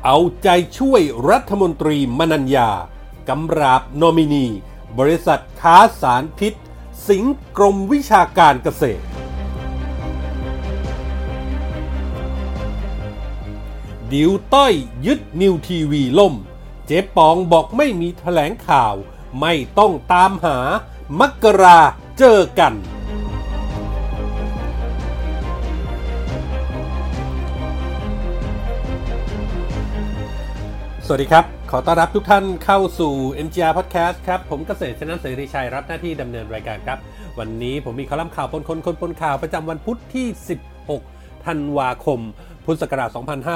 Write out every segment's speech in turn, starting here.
เอาใจช่วยรัฐมนตรีมนัญญากำราบนอมินีบริษัทค้าสารพิษสิงห์กรมวิชาการเกษตรดิวต้อยยึดนิวทีวีล่มเจ๊ปองบอกไม่มีแถลงข่าวไม่ต้องตามหามกราเจอกันสวัสดีครับขอต้อนรับทุกท่านเข้าสู่ MGR Podcast ครับผมเกษตรชนะเสรีชัยรับหน้าที่ดำเนินรายการครับวันนี้ผมมีคอลัมน์ข่าวปนคนข่าวประจำวันพุธที่16ธันวาคมพุทธศักราช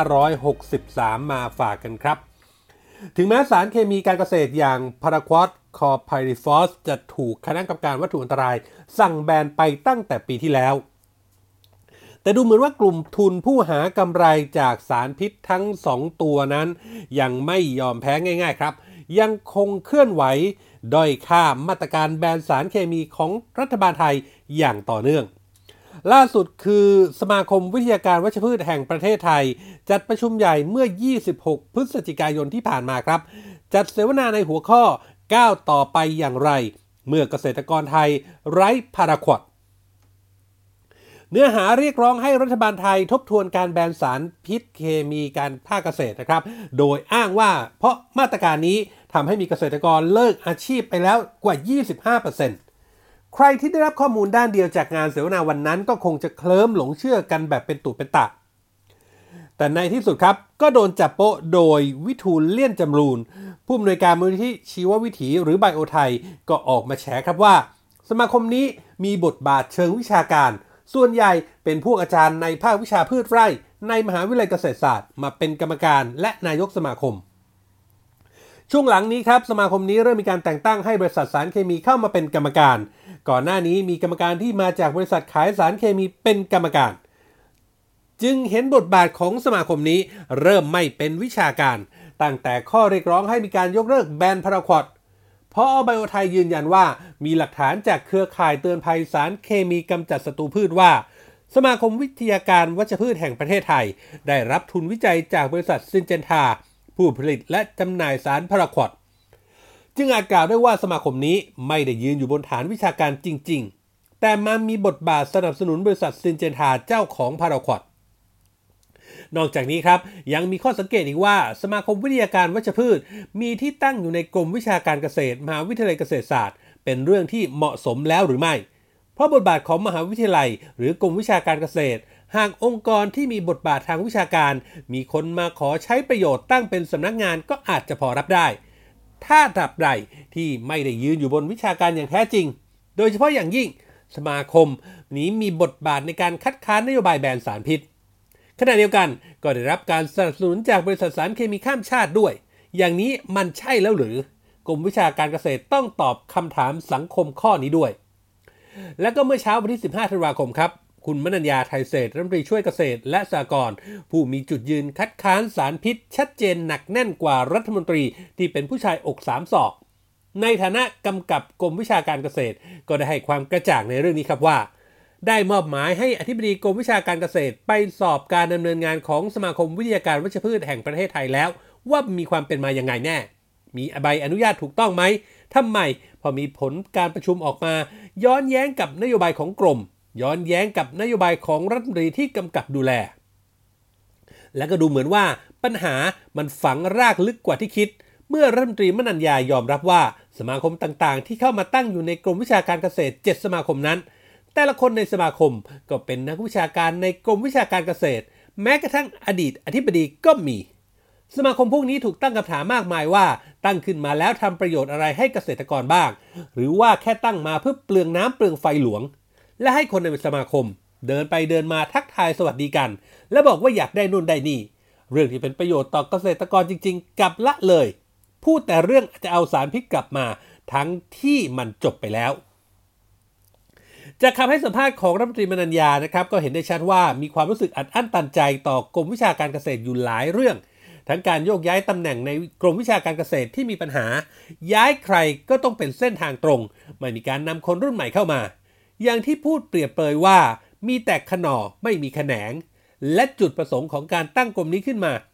2563มาฝากกันครับถึงแม้สารเคมีการเกษตรอย่างพาราควอดคอร์ไพริฟอสจะถูกคณะกรรมการวัตถุอันตรายสั่งแบนไปตั้งแต่ปีที่แล้วแต่ดูเหมือนว่ากลุ่มทุนผู้หากำไรจากสารพิษทั้ง2ตัวนั้นยังไม่ยอมแพ้ง่ายๆครับยังคงเคลื่อนไหวด้อยค่ามาตรการแบนสารเคมีของรัฐบาลไทยอย่างต่อเนื่องล่าสุดคือสมาคมวิทยาการวัชพืชแห่งประเทศไทยจัดประชุมใหญ่เมื่อ26พฤศจิกายนที่ผ่านมาครับจัดเสวนาในหัวข้อก้าวต่อไปอย่างไรเมื่อเกษตรกรไทยไร้พาราควอดเนื้อหาเรียกร้องให้รัฐบาลไทยทบทวนการแบนสารพิษเคมีการภาคเกษตรนะครับโดยอ้างว่าเพราะมาตรการนี้ทำให้มีเกษตรกรเลิกอาชีพไปแล้วกว่า 25%ใครที่ได้รับข้อมูลด้านเดียวจากงานเสวนาวันนั้นก็คงจะเคลิ้มหลงเชื่อกันแบบเป็นตุเป็นตะแต่ในที่สุดครับก็โดนจับโป๊ะโดยวิทูลเลี่ยนจำรูนผู้อำนวยการมูลนิธิชีววิถีหรือไบโอไทยก็ออกมาแฉครับว่าสมาคมนี้มีบทบาทเชิงวิชาการส่วนใหญ่เป็นพวกอาจารย์ในภาควิชาพืชไร่ในมหาวิทยาลัยเกษตรศาสตร์มาเป็นกรรมการและนายกสมาคมช่วงหลังนี้ครับสมาคมนี้เริ่มมีการแต่งตั้งให้บริษัทสารเคมีเข้ามาเป็นกรรมการก่อนหน้านี้มีกรรมการที่มาจากบริษัทขายสารเคมีเป็นกรรมการจึงเห็นบทบาทของสมาคมนี้เริ่มไม่เป็นวิชาการตั้งแต่ข้อเรียกร้องให้มีการยกเลิกแบนพาราควอดพอไบโอไทยยืนยันว่ามีหลักฐานจากเครือข่ายเตือนภัยสารเคมีกำจัดศัตรูพืชว่าสมาคมวิทยาการวัชพืชแห่งประเทศไทยได้รับทุนวิจัยจากบริษัทซินเจนทาผู้ผลิตและจำหน่ายสารพาราควอดจึงอาจกล่าวได้ว่าสมาคมนี้ไม่ได้ยืนอยู่บนฐานวิชาการจริงๆแต่มันมีบทบาทสนับสนุนบริษัทซินเจนทาเจ้าของพาราควอดนอกจากนี้ครับยังมีข้อสังเกตอีกว่าสมาคมวิทยาการวัชพืชมีที่ตั้งอยู่ในกรมวิชาการเกษตรมหาวิทยาลัยเกษตรศาสตร์เป็นเรื่องที่เหมาะสมแล้วหรือไม่เพราะบทบาทของมหาวิทยาลัยหรือกรมวิชาการเกษตรหากองค์กรที่มีบทบาททางวิชาการมีคนมาขอใช้ประโยชน์ตั้งเป็นสำนักงานก็อาจจะพอรับได้ถ้าตราบใดที่ไม่ได้ยืนอยู่บนวิชาการอย่างแท้จริงโดยเฉพาะอย่างยิ่งสมาคมนี้มีบทบาทในการคัดค้านนโยบายแบนสารพิษขณะเดียวกันก็ได้รับการสนับสนุนจากบริษัทสารเคมีข้ามชาติด้วยอย่างนี้มันใช่แล้วหรือกรมวิชาการเกษตรต้องตอบคำถามสังคมข้อนี้ด้วยและก็เมื่อเช้าวันที่15ธันวาคมครับคุณมนัญญาไทยเศรษฐ์รัฐมนตรีช่วยเกษตรและสหกรณ์ผู้มีจุดยืนคัดค้านสารพิษชัดเจนหนักแน่นกว่ารัฐมนตรีที่เป็นผู้ชายอก3ศอกในฐานะกำกับกรมวิชาการเกษตรก็ได้ให้ความกระจ่างในเรื่องนี้ครับว่าได้มอบหมายให้อธิบดีกรมวิชาการเกษตรไปสอบการดำเนินงานของสมาคมวิทยาการวัชพืชแห่งประเทศไทยแล้วว่ามีความเป็นมาอย่างไงแน่มีใบอนุญาตถูกต้องไหมทำไมพอมีผลการประชุมออกมาย้อนแย้งกับนโยบายของกรมย้อนแย้งกับนโยบายของรัฐมนตรีที่กำกับดูแลและก็ดูเหมือนว่าปัญหามันฝังรากลึกกว่าที่คิดเมื่อรัฐมนตรีมนัญญายอมรับว่าสมาคมต่างๆที่เข้ามาตั้งอยู่ในกรมวิชาการเกษตร7สมาคมนั้นแต่ละคนในสมาคมก็เป็นนักวิชาการในกรมวิชาการเกษตรแม้กระทั่งอดีตอธิบดีก็มีสมาคมพวกนี้ถูกตั้งคำถามมากมายว่าตั้งขึ้นมาแล้วทำประโยชน์อะไรให้เกษตรกรบ้างหรือว่าแค่ตั้งมาเพื่อเปลืองน้ำเปลืองไฟหลวงและให้คนในสมาคมเดินไปเดินมาทักทายสวัสดีกันและบอกว่าอยากได้นู่นได้นี่เรื่องที่เป็นประโยชน์ต่อเกษตรกรจริงๆกลับละเลยพูดแต่เรื่องจะเอาสารพิษกลับมาทั้งที่มันจบไปแล้วจากคำให้สัมภาษณ์ของรัฐมนตรีมนัญญานะครับก็เห็นได้ชัดว่ามีความรู้สึกอัดอั้นตันใจต่อกรมวิชาการเกษตรอยู่หลายเรื่องทั้งการโยกย้ายตำแหน่งในกรมวิชาการเกษตรที่มีปัญหาย้ายใครก็ต้องเป็นเส้นทางตรงไม่มีการนำคนรุ่นใหม่เข้ามาอย่างที่พูดเปรียบเปรยว่ามีแต่ขนอไม่มีแขนงและจุดประสงค์ของการตั้งกรมนี้ขึ้นมา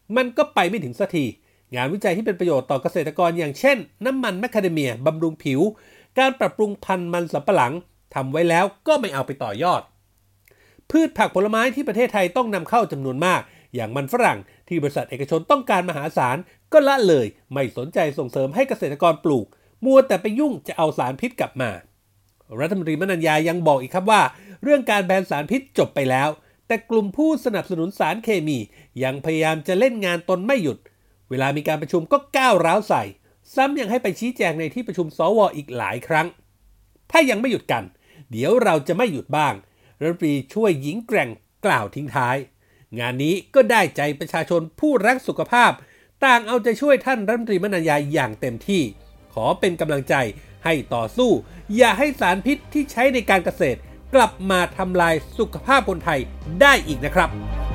มันก็ไปไม่ถึงสักทีงานวิจัยที่เป็นประโยชน์ต่อเกษตรกรอย่างเช่นน้ำมันแมคคาเดเมียบำรุงผิวการปรับปรุงพันธุ์มันสำปะหลังทำไว้แล้วก็ไม่เอาไปต่อยอดพืชผักผลไม้ที่ประเทศไทยต้องนำเข้าจำนวนมากอย่างมันฝรั่งที่บริษัทเอกชนต้องการมหาศาลก็ละเลยไม่สนใจส่งเสริมให้เกษตรกรปลูกมัวแต่ไปยุ่งจะเอาสารพิษกลับมารัฐมนตรีมนัญญายังบอกอีกครับว่าเรื่องการแบนสารพิษจบไปแล้วแต่กลุ่มผู้สนับสนุนสารเคมียังพยายามจะเล่นงานตนไม่หยุดเวลามีการประชุมก็ก้าวร้าวใส่ซ้ำยังให้ไปชี้แจงในที่ประชุมสว.อีกหลายครั้งถ้ายังไม่หยุดกันเดี๋ยวเราจะไม่หยุดบ้างรัฐมนตรีช่วยหญิงแกร่งกล่าวทิ้งท้ายงานนี้ก็ได้ใจประชาชนผู้รักสุขภาพต่างเอาใจช่วยท่านรัฐมนตรีมนัญญาอย่างเต็มที่ขอเป็นกำลังใจให้ต่อสู้อย่าให้สารพิษที่ใช้ในการเกษตรกลับมาทำลายสุขภาพคนไทยได้อีกนะครับ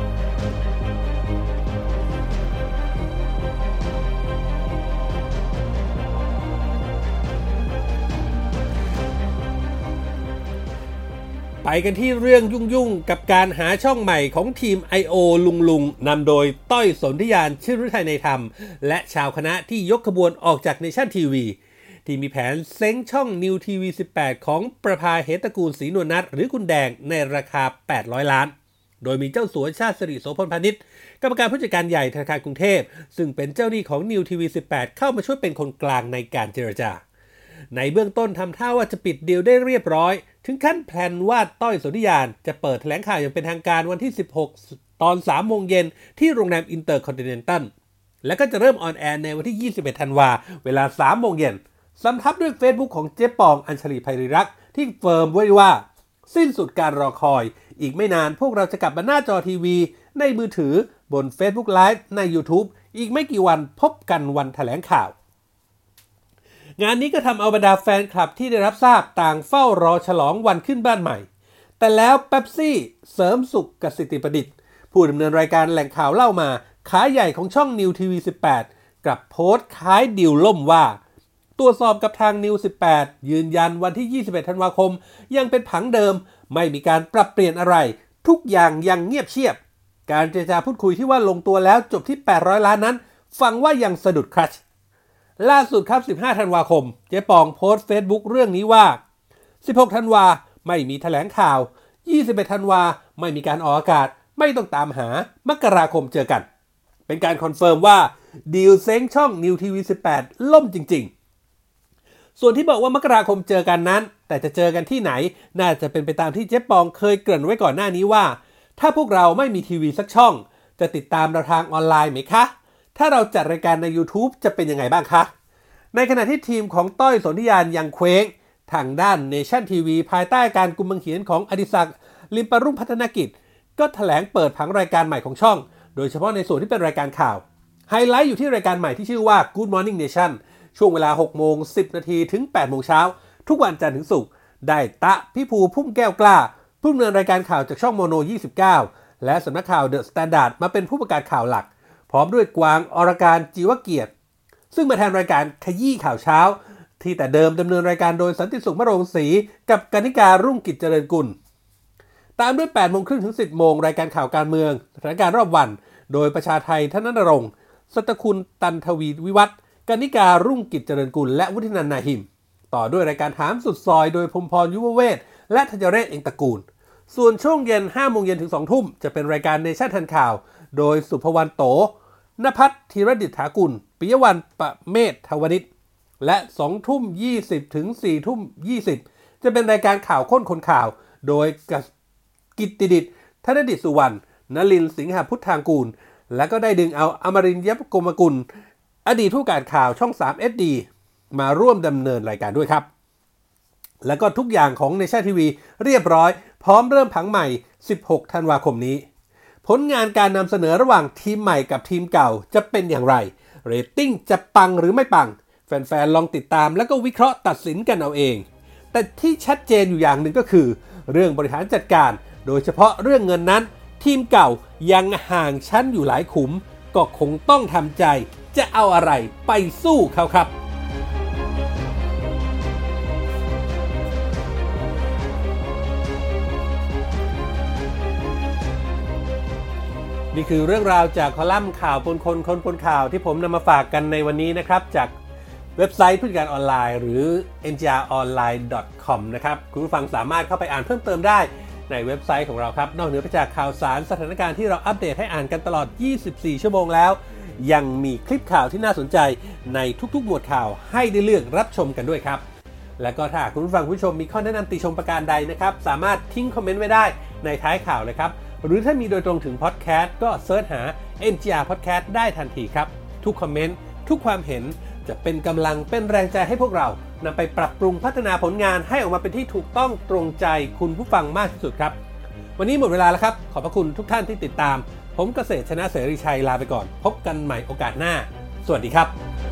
ไปกันที่เรื่องยุ่งๆกับการหาช่องใหม่ของทีม I.O. ลุงนำโดยต้อยสนธิยานชื่อฤทัยในธรรมและชาวคณะที่ยกขบวนออกจากเนชั่นทีวีที่มีแผนเซ้งช่อง New TV 18 ของประภาเหตระกูลศรีนวลนัทหรือคุณแดงในราคา800 ล้านโดยมีเจ้าสัวชาติสิริโสพลพานิชกรรมการผู้จัดการใหญ่ธนาคารกรุงเทพซึ่งเป็นเจ้าหนี้ของ New TV 18 เข้ามาช่วยเป็นคนกลางในการเจรจาในเบื้องต้นทำท่าว่าจะปิดดีลได้เรียบร้อยถึงขั้นแพลนว่าต้อยสนธิยานจะเปิดแถลงข่าวอย่างเป็นทางการวันที่16ตอน 3 โมงเย็นที่โรงแรมอินเตอร์คอนติเนนตัลและก็จะเริ่มออนแอร์ในวันที่21ธันวาเวลา 3 โมงเย็นสำทับด้วย Facebook ของเจ๊ปองอัญชลีไพริรักษ์ที่เฟิร์มไว้ว่าสิ้นสุดการรอคอยอีกไม่นานพวกเราจะกลับมาหน้าจอทีวีในมือถือบน Facebook Live ใน YouTube อีกไม่กี่วันพบกันวันแถลงข่าวงานนี้ก็ทำเอาบรรดาแฟนคลับที่ได้รับทราบต่างเฝ้ารอฉลองวันขึ้นบ้านใหม่แต่แล้วเป๊ปซี่เสริมสุขกสิติประดิษฐ์ผู้ดำเนินรายการแหล่งข่าวเล่ามาขาใหญ่ของช่อง New TV 18 กับโพสต์คล้ายดิวล่มว่าตรวจสอบกับทาง New 18 ยืนยันวันที่21ธันวาคมยังเป็นผังเดิมไม่มีการปรับเปลี่ยนอะไรทุกอย่างยังเงียบเชียบการเจรจาพูดคุยที่ว่าลงตัวแล้วจบที่800 ล้านนั้นฟังว่ายังสะดุดครัชล่าสุดครับ15ธันวาคมเจ๊ปองโพสต์ Facebook เรื่องนี้ว่า16ธันวาไม่มีแถลงข่าว21ธันวาไม่มีการออกอากาศไม่ต้องตามหามกราคมเจอกันเป็นการคอนเฟิร์มว่าดีลเซ้งช่อง New TV 18 ล่มจริงๆส่วนที่บอกว่ามกราคมเจอกันนั้นแต่จะเจอกันที่ไหนน่าจะเป็นไปตามที่เจ๊ปองเคยเกริ่นไว้ก่อนหน้านี้ว่าถ้าพวกเราไม่มีทีวีสักช่องจะติดตามเราทางออนไลน์ไหมคะถ้าเราจัดรายการใน YouTube จะเป็นยังไงบ้างคะในขณะที่ทีมของต้อยสนธิยานยังเคว้งทางด้าน Nation TV ภายใต้การกุมบังเขียนของอดิศักดิ์ลิมปรุ่งพัฒนกิจก็แถลงเปิดผังรายการใหม่ของช่องโดยเฉพาะในส่วนที่เป็นรายการข่าวไฮไลท์อยู่ที่รายการใหม่ที่ชื่อว่า Good Morning Nation ช่วงเวลา 6:10 น.ถึง 8 โมงเช้าทุกวันจันทร์ถึงศุกร์ได้ตะพิภูพุ่มแก้วกล้าผู้ดำเนินรายการข่าวจากช่องโมโน 29 และสำนักข่าว The Standard มาเป็นผู้ประกาศข่าวหลักพร้อมด้วยกวางอรการจีวเกียรติซึ่งมาแทนรายการขยี้ข่าวเช้าที่แต่เดิมดำเนินรายการโดยสันติสุขมะโรงศรีกับกนิการรุ่งกิจเจริญกุลตามด้วย 8 โมงครึ่งถึง 10 โมงรายการข่าวการเมืองสถานการณ์รอบวันโดยประชาไทยธนนรงค์สัตคุณตันทวีวิวัฒน์กนิการรุ่งกิจเจริญกุลและวุฒินันท์นาหิมต่อด้วยรายการถามสุดซอยโดยพรหมพรยุวเวศและธัญเรศเองตระกูลส่วนช่วงเย็น 5 โมงเย็นถึง 2 ทุ่มจะเป็นรายการเนชั่นทันข่าวโดยสุภวรรณโตณภัทรธีรดิษฐากุลปิยวรรณประเมศทวนิชและ 20:20 ถึง 4:20 จะเป็นรายการข่าวค้นคนข่าวโดยกิตติดิษฐ์ธนดิษฐ์สุวรรณนลินทร์สิงหพุทธางกูลและก็ได้ดึงเอาอมรินทร์ยกมกุลอดีตผู้การข่าวช่อง 3 SD มาร่วมดำเนินรายการด้วยครับแล้วก็ทุกอย่างของ Nation TV เรียบร้อยพร้อมเริ่มผังใหม่16ธันวาคมนี้ผลงานการนำเสนอระหว่างทีมใหม่กับทีมเก่าจะเป็นอย่างไรเรตติ้งจะปังหรือไม่ปังแฟนๆลองติดตามแล้วก็วิเคราะห์ตัดสินกันเอาเองแต่ที่ชัดเจนอยู่อย่างหนึ่งก็คือเรื่องบริหารจัดการโดยเฉพาะเรื่องเงินนั้นทีมเก่ายังห่างชั้นอยู่หลายขุมก็คงต้องทำใจจะเอาอะไรไปสู้เขาครับ นนี่คือเรื่องราวจากคอลัมน์ข่าวปนคนข่าวที่ผมนำมาฝากกันในวันนี้นะครับจากเว็บไซต์ผู้จัดการออนไลน์หรือ ngronline.com นะครับคุณผู้ฟังสามารถเข้าไปอ่านเพิ่มเติมได้ในเว็บไซต์ของเราครับนอกเหนือไปจากข่าวสารสถานการณ์ที่เราอัปเดตให้อ่านกันตลอด24ชั่วโมงแล้วยังมีคลิปข่าวที่น่าสนใจในทุกๆหมวดข่าวให้ได้เลือกรับชมกันด้วยครับและก็ถ้าคุณผู้ฟังผู้ชมมีข้อแนะนำติชมประการใดนะครับสามารถทิ้งคอมเมนต์ไว้ได้ในท้ายข่าวเลยครับหรือถ้ามีโดยตรงถึงพอดแคสต์ก็เสิร์ชหา NGR Podcast ได้ทันทีครับทุกคอมเมนต์ทุกความเห็นจะเป็นกำลังเป็นแรงใจให้พวกเรานำไปปรับปรุงพัฒนาผลงานให้ออกมาเป็นที่ถูกต้องตรงใจคุณผู้ฟังมากที่สุดครับวันนี้หมดเวลาแล้วครับขอบพระคุณทุกท่านที่ติดตามผมเกษตรชนะเสรีชัยลาไปก่อนพบกันใหม่โอกาสหน้าสวัสดีครับ